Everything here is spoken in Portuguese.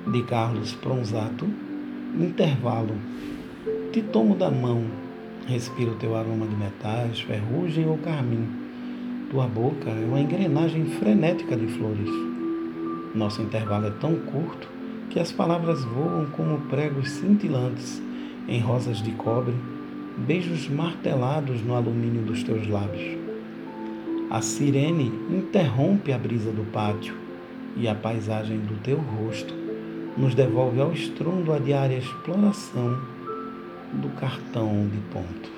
de Carlos Pronzato. Intervalo. Te tomo da mão, respiro teu aroma de metais, ferrugem ou carmim. Tua boca é uma engrenagem frenética de flores. Nosso intervalo é tão curto que as palavras voam como pregos cintilantes em rosas de cobre, beijos martelados no alumínio dos teus lábios. A sirene interrompe a brisa do pátio e a paisagem do teu rosto nos devolve ao estrondo a diária exploração do cartão de ponto.